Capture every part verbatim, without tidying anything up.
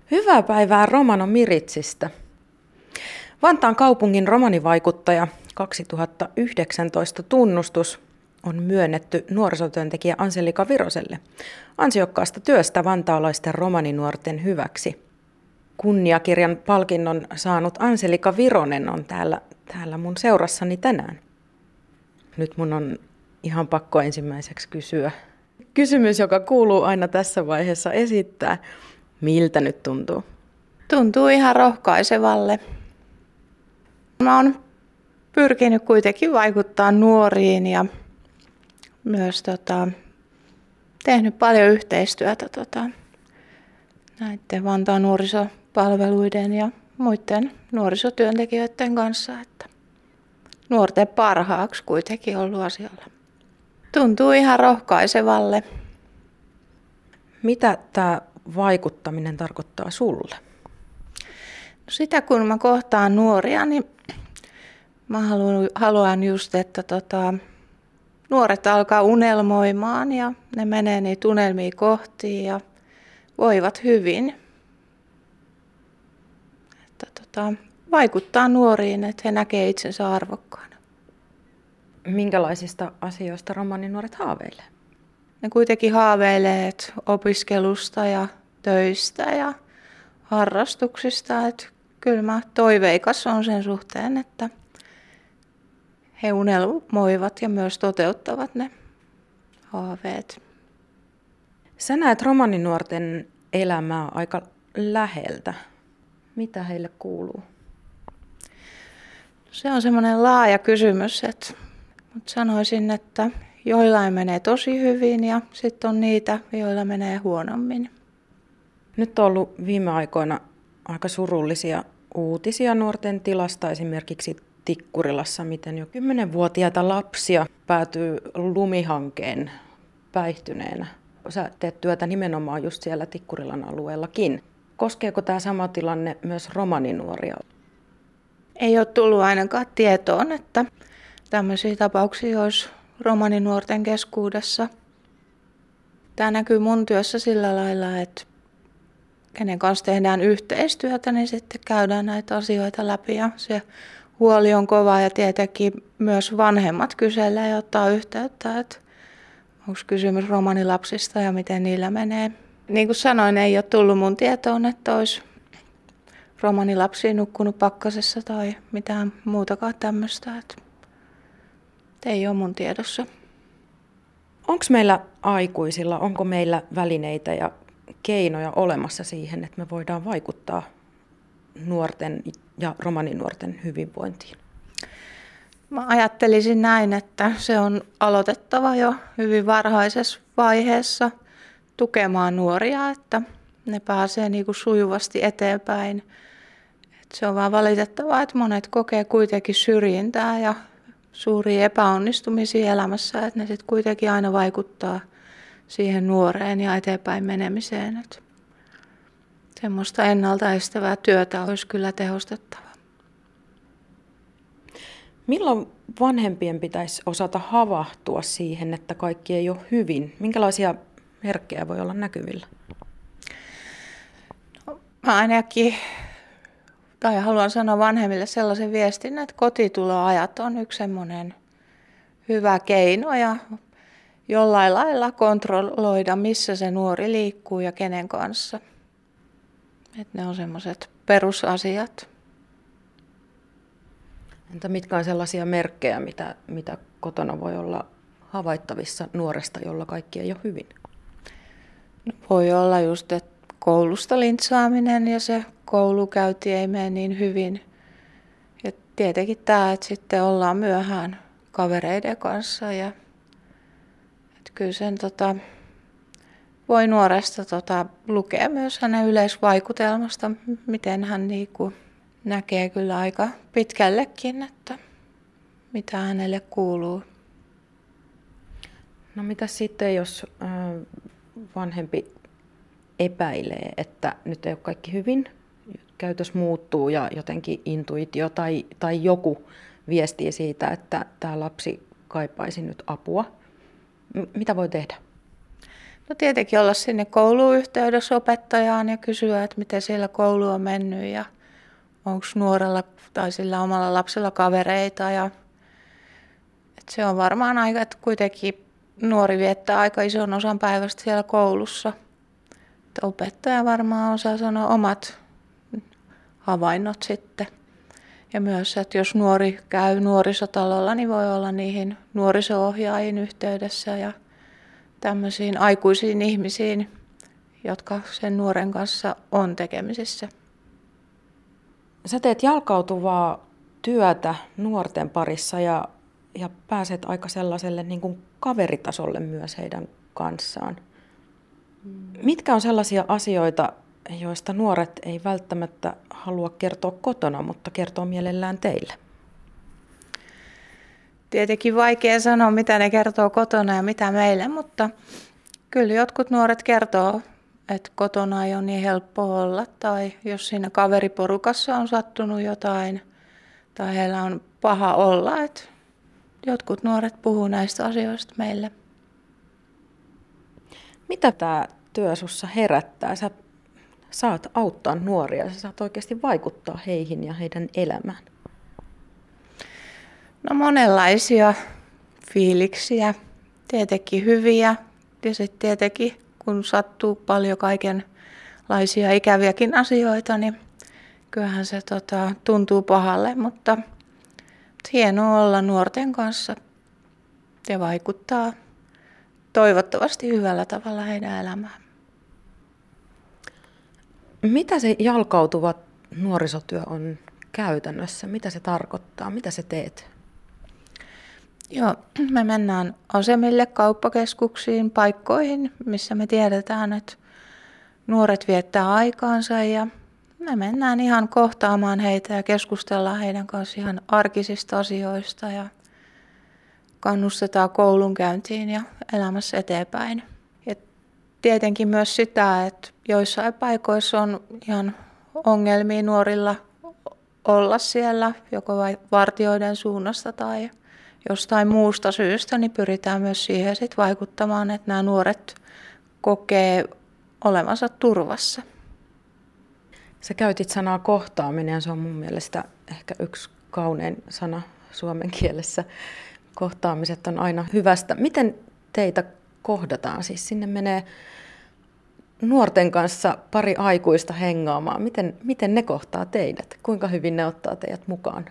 Hyvää päivää Romano Miritsistä. Vantaan kaupungin romanivaikuttaja kaksituhattayhdeksäntoista tunnustus on myönnetty nuorisotyöntekijä Anselika Viroselle ansiokkaasta työstä vantaalaisten romaninuorten hyväksi. Kunniakirjan palkinnon saanut Anselika Vironen on täällä, täällä mun seurassani tänään. Nyt mun on ihan pakko ensimmäiseksi kysyä. Kysymys, joka kuuluu aina tässä vaiheessa esittää. Miltä nyt tuntuu? Tuntuu ihan rohkaisevalle. Mä oon pyrkinyt kuitenkin vaikuttaa nuoriin ja myös tota, tehnyt paljon yhteistyötä tota, näiden Vantaan nuorisopalveluiden ja muiden nuorisotyöntekijöiden kanssa. Että nuorten parhaaksi kuitenkin ollut asialla. Tuntuu ihan rohkaisevalle. Mitä tämä vaikuttaminen tarkoittaa sulle? No sitä kun mä kohtaan nuoria, niin mä haluan, haluan just, että tota, nuoret alkaa unelmoimaan ja ne menee niitä unelmia kohti ja voivat hyvin. Että tota, vaikuttaa nuoriin, että he näkevät itsensä arvokkaana. Minkälaisista asioista romaninuoret haaveilee? Ne kuitenkin haaveilee opiskelusta ja töistä ja harrastuksista. Että kyllä mä toiveikas on sen suhteen, että he unelmoivat ja myös toteuttavat ne haaveet. Sä näet romaninuorten elämää aika läheltä. Mitä heille kuuluu? Se on semmoinen laaja kysymys, että mutta sanoisin, että joillain menee tosi hyvin ja sitten on niitä, joilla menee huonommin. Nyt on ollut viime aikoina aika surullisia uutisia nuorten tilasta, esimerkiksi Tikkurilassa, miten jo kymmenvuotiaita lapsia päätyy lumihankeen päihtyneenä. Sä teet työtä nimenomaan just siellä Tikkurilan alueellakin. Koskeeko tämä sama tilanne myös romaninuoria? Ei ole tullut ainakaan tietoon, että tämmöisiä tapauksia olisi romaninuorten keskuudessa. Tämä näkyy mun työssä sillä lailla, että kenen kanssa tehdään yhteistyötä, niin sitten käydään näitä asioita läpi ja se huoli on kova ja tietenkin myös vanhemmat kyselee ja ottaa yhteyttä, että onko kysymys romanilapsista ja miten niillä menee. Niin kuin sanoin, ei ole tullut mun tietoon, että olisi romanilapsia nukkunut pakkasessa tai mitään muutakaan tämmöistä. Että ei ole mun tiedossa. Onko meillä aikuisilla, onko meillä välineitä ja keinoja olemassa siihen, että me voidaan vaikuttaa nuorten ja romaninuorten hyvinvointiin? Mä ajattelisin näin, että se on aloitettava jo hyvin varhaisessa vaiheessa tukemaan nuoria, että ne pääsee niin kuin sujuvasti eteenpäin. Et se on vaan valitettavaa, että monet kokee kuitenkin syrjintää ja suuria epäonnistumisia elämässä, että ne sitten kuitenkin aina vaikuttaa siihen nuoreen ja eteenpäin menemiseen. Et semmoista ennaltaestävää työtä olisi kyllä tehostettava. Milloin vanhempien pitäisi osata havahtua siihen, että kaikki ei ole hyvin? Minkälaisia merkkejä voi olla näkyvillä? No, mä ainakin, tai haluan sanoa vanhemmille sellaisen viestin, että kotituloajat on yksi semmoinen hyvä keino ja jollain lailla kontrolloida, missä se nuori liikkuu ja kenen kanssa. Että ne on semmoiset perusasiat. Entä mitkä on sellaisia merkkejä, mitä, mitä kotona voi olla havaittavissa nuoresta, jolla kaikki ei ole hyvin? No, voi olla just, että koulusta lintsaaminen ja se koulukäynti ei mene niin hyvin. Ja tietenkin tämä, että sitten ollaan myöhään kavereiden kanssa. Ja, että kyllä sen tota, voi nuoresta tota, lukea myös hänen yleisvaikutelmasta, miten hän niinku näkee kyllä aika pitkällekin, että mitä hänelle kuuluu. No mitä sitten, jos vanhempi epäilee, että nyt ei ole kaikki hyvin, käytös muuttuu ja jotenkin intuitio tai, tai joku viestii siitä, että tämä lapsi kaipaisi nyt apua. M- mitä voi tehdä? No tietenkin olla sinne kouluun yhteydessä opettajaan ja kysyä, että miten siellä koulu on mennyt ja onko nuorella tai sillä omalla lapsella kavereita. Ja, että se on varmaan aika, että kuitenkin nuori viettää aika ison osan päivästä siellä koulussa. Että opettaja varmaan osaa sanoa omat havainnot sitten. Ja myös, että jos nuori käy nuorisotalolla, niin voi olla niihin nuoriso-ohjaajiin yhteydessä ja tämmöisiin aikuisiin ihmisiin, jotka sen nuoren kanssa on tekemisissä. Sä teet jalkautuvaa työtä nuorten parissa ja, ja pääset aika sellaiselle niin kuin kaveritasolle myös heidän kanssaan. Mitkä on sellaisia asioita, joista nuoret ei välttämättä halua kertoa kotona, mutta kertoo mielellään teille? Tietenkin vaikea sanoa, mitä ne kertoo kotona ja mitä meille, mutta kyllä jotkut nuoret kertoo, että kotona ei ole niin helppo olla, tai jos siinä kaveriporukassa on sattunut jotain, tai heillä on paha olla, että jotkut nuoret puhuu näistä asioista meille. Mitä tämä työ sussa herättää? Sä saat auttaa nuoria, sä saat oikeasti vaikuttaa heihin ja heidän elämään. No monenlaisia fiiliksiä, tietenkin hyviä ja sitten tietenkin kun sattuu paljon kaikenlaisia ikäviäkin asioita, niin kyllähän se tota, tuntuu pahalle, mutta hienoa olla nuorten kanssa ja vaikuttaa toivottavasti hyvällä tavalla heidän elämään. Mitä se jalkautuva nuorisotyö on käytännössä? Mitä se tarkoittaa? Mitä sä teet? Joo, me mennään asemille, kauppakeskuksiin, paikkoihin, missä me tiedetään, että nuoret viettää aikaansa ja me mennään ihan kohtaamaan heitä ja keskustellaan heidän kanssaan ihan arkisista asioista ja kannustetaan koulunkäyntiin ja elämässä eteenpäin. Ja tietenkin myös sitä, että joissain paikoissa on ihan ongelmia nuorilla olla siellä, joko vartijoiden suunnasta tai jostain muusta syystä, niin pyritään myös siihen sit vaikuttamaan, että nämä nuoret kokee olevansa turvassa. Sä käytit sanaa kohtaaminen ja se on mun mielestä ehkä yksi kaunein sana suomen kielessä. Kohtaamiset on aina hyvästä. Miten teitä kohdataan? Siis sinne menee nuorten kanssa pari aikuista hengaamaan. Miten, miten ne kohtaa teidät? Kuinka hyvin ne ottaa teidät mukaan?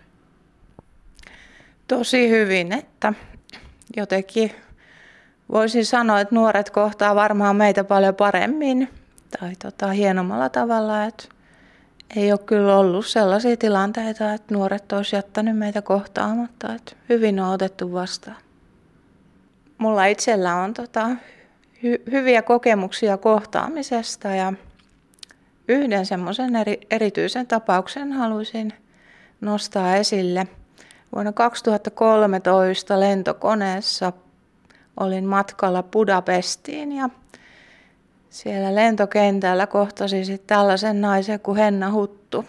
Tosi hyvin, että jotenkin voisin sanoa, että nuoret kohtaa varmaan meitä paljon paremmin tai tota, hienommalla tavalla, että ei ole kyllä ollut sellaisia tilanteita, että nuoret olisi jättänyt meitä kohtaamatta, että hyvin on otettu vastaan. Mulla itsellä on tota, hy- hyviä kokemuksia kohtaamisesta ja yhden semmoisen eri, erityisen tapauksen haluaisin nostaa esille. Vuonna kaksituhattakolmetoista lentokoneessa olin matkalla Budapestiin ja siellä lentokentällä kohtasin sitten tällaisen naisen kuin Henna Huttu.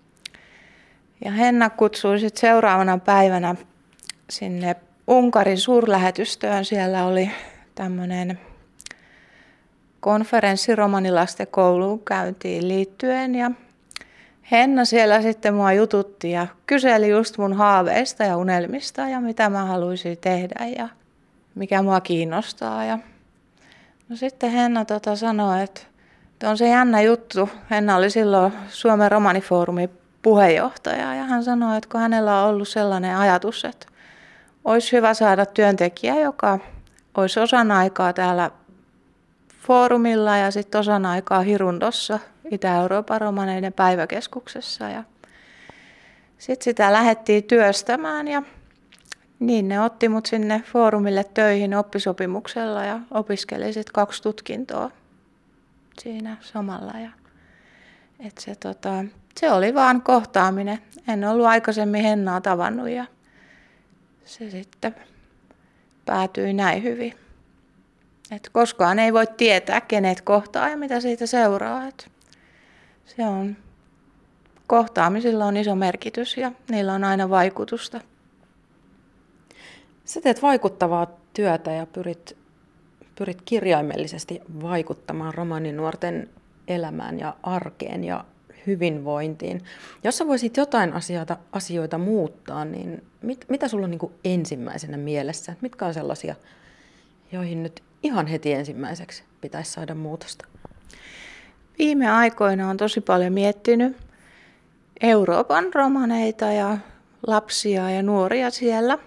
Ja Henna kutsui sitten seuraavana päivänä sinne Unkarin suurlähetystöön. Siellä oli tämmöinen konferenssi romanilasten kouluun käyntiin liittyen ja Henna siellä sitten mua jututti ja kyseli just mun haaveista ja unelmista ja mitä mä haluaisin tehdä ja mikä mua kiinnostaa. Ja no sitten Henna tota sanoi, että on se jännä juttu. Henna oli silloin Suomen romanifoorumin puheenjohtaja ja hän sanoi, että kun hänellä on ollut sellainen ajatus, että olisi hyvä saada työntekijä, joka olisi osan aikaa täällä foorumilla ja sitten osan aikaa Hirundossa, Itä-Euroopan romaneiden päiväkeskuksessa. Ja sitten sitä lähdettiin työstämään ja niin ne otti mut sinne foorumille töihin oppisopimuksella ja opiskelin sitten kaksi tutkintoa siinä samalla. Ja et se, tota, se oli vaan kohtaaminen. En ollut aikaisemmin Hennaa tavannut ja se sitten päätyi näin hyvin. Et koskaan ei voi tietää, kenet kohtaa ja mitä siitä seuraa. Et se on, kohtaamisilla on iso merkitys ja niillä on aina vaikutusta. Sä teet vaikuttavaa työtä ja pyrit pyrit kirjaimellisesti vaikuttamaan romaninuorten elämään ja arkeen ja hyvinvointiin. Jos sä voisit jotain asioita, asioita muuttaa, niin mit, mitä sulla on niin kuin ensimmäisenä mielessä? Mitkä on sellaisia, joihin nyt ihan heti ensimmäiseksi pitäisi saada muutosta? Viime aikoina on tosi paljon miettinyt Euroopan romaneita ja lapsia ja nuoria siellä.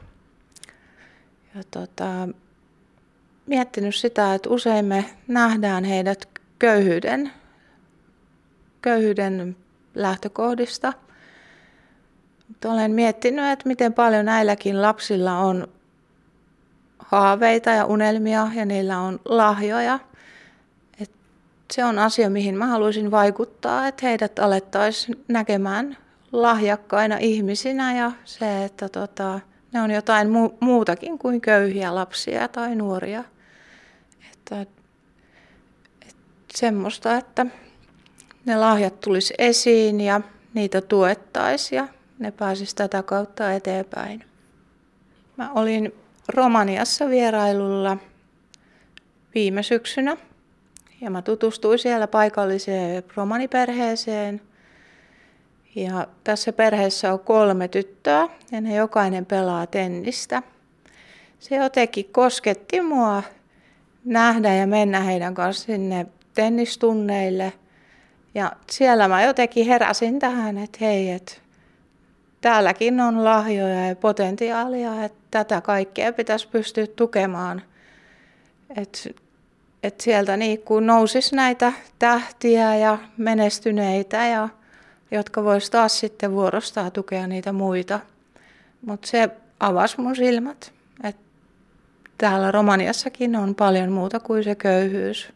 Ja tota, miettinyt sitä, että usein me nähdään heidät köyhyyden, köyhyyden lähtökohdista. Mutta olen miettinyt, että miten paljon näilläkin lapsilla on haaveita ja unelmia ja niillä on lahjoja. Et se on asia, mihin mä haluaisin vaikuttaa, että heidät alettaisiin näkemään lahjakkaina ihmisinä ja se, että tota, ne on jotain mu- muutakin kuin köyhiä lapsia tai nuoria. Että, et semmoista, että ne lahjat tulisi esiin ja niitä tuettaisiin ja ne pääsisi tätä kautta eteenpäin. Mä olin Romaniassa vierailulla viime syksynä ja mä tutustuin siellä paikalliseen romaniperheeseen. Ja tässä perheessä on kolme tyttöä ja ne jokainen pelaa tennistä. Se jotenkin kosketti mua nähdä ja mennä heidän kanssa sinne tennistunneille. Ja siellä mä jotenkin heräsin tähän, että hei, että täälläkin on lahjoja ja potentiaalia, että tätä kaikkea pitäisi pystyä tukemaan. Että et sieltä niin kun nousisi näitä tähtiä ja menestyneitä, ja, jotka vois taas sitten vuorostaan tukea niitä muita. Mutta se avasi mun silmät, että täällä Romaniassakin on paljon muuta kuin se köyhyys.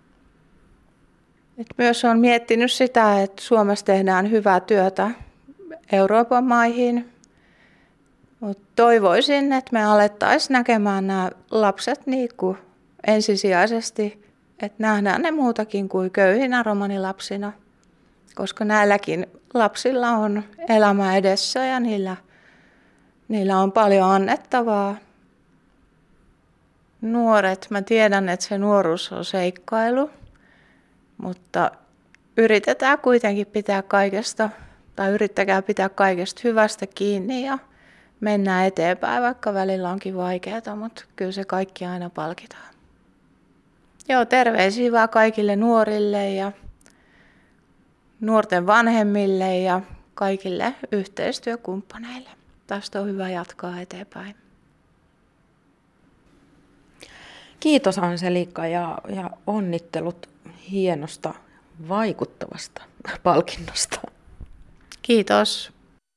Et myös olen miettinyt sitä, että Suomessa tehdään hyvää työtä Euroopan maihin, mutta toivoisin, että me alettaisiin näkemään nämä lapset niin kuin ensisijaisesti, että nähdään ne muutakin kuin köyhinä romanilapsina, koska näilläkin lapsilla on elämä edessä ja niillä, niillä on paljon annettavaa. Nuoret, mä tiedän, että se nuoruus on seikkailu, mutta yritetään kuitenkin pitää kaikesta, tai yrittäkää pitää kaikesta hyvästä kiinni ja mennään eteenpäin, vaikka välillä onkin vaikeaa, mutta kyllä se kaikki aina palkitaan. Joo, terveisiä vaan kaikille nuorille ja nuorten vanhemmille ja kaikille yhteistyökumppaneille. Tästä on hyvä jatkaa eteenpäin. Kiitos Anselika ja, ja onnittelut hienosta vaikuttavasta palkinnosta. Kiitos.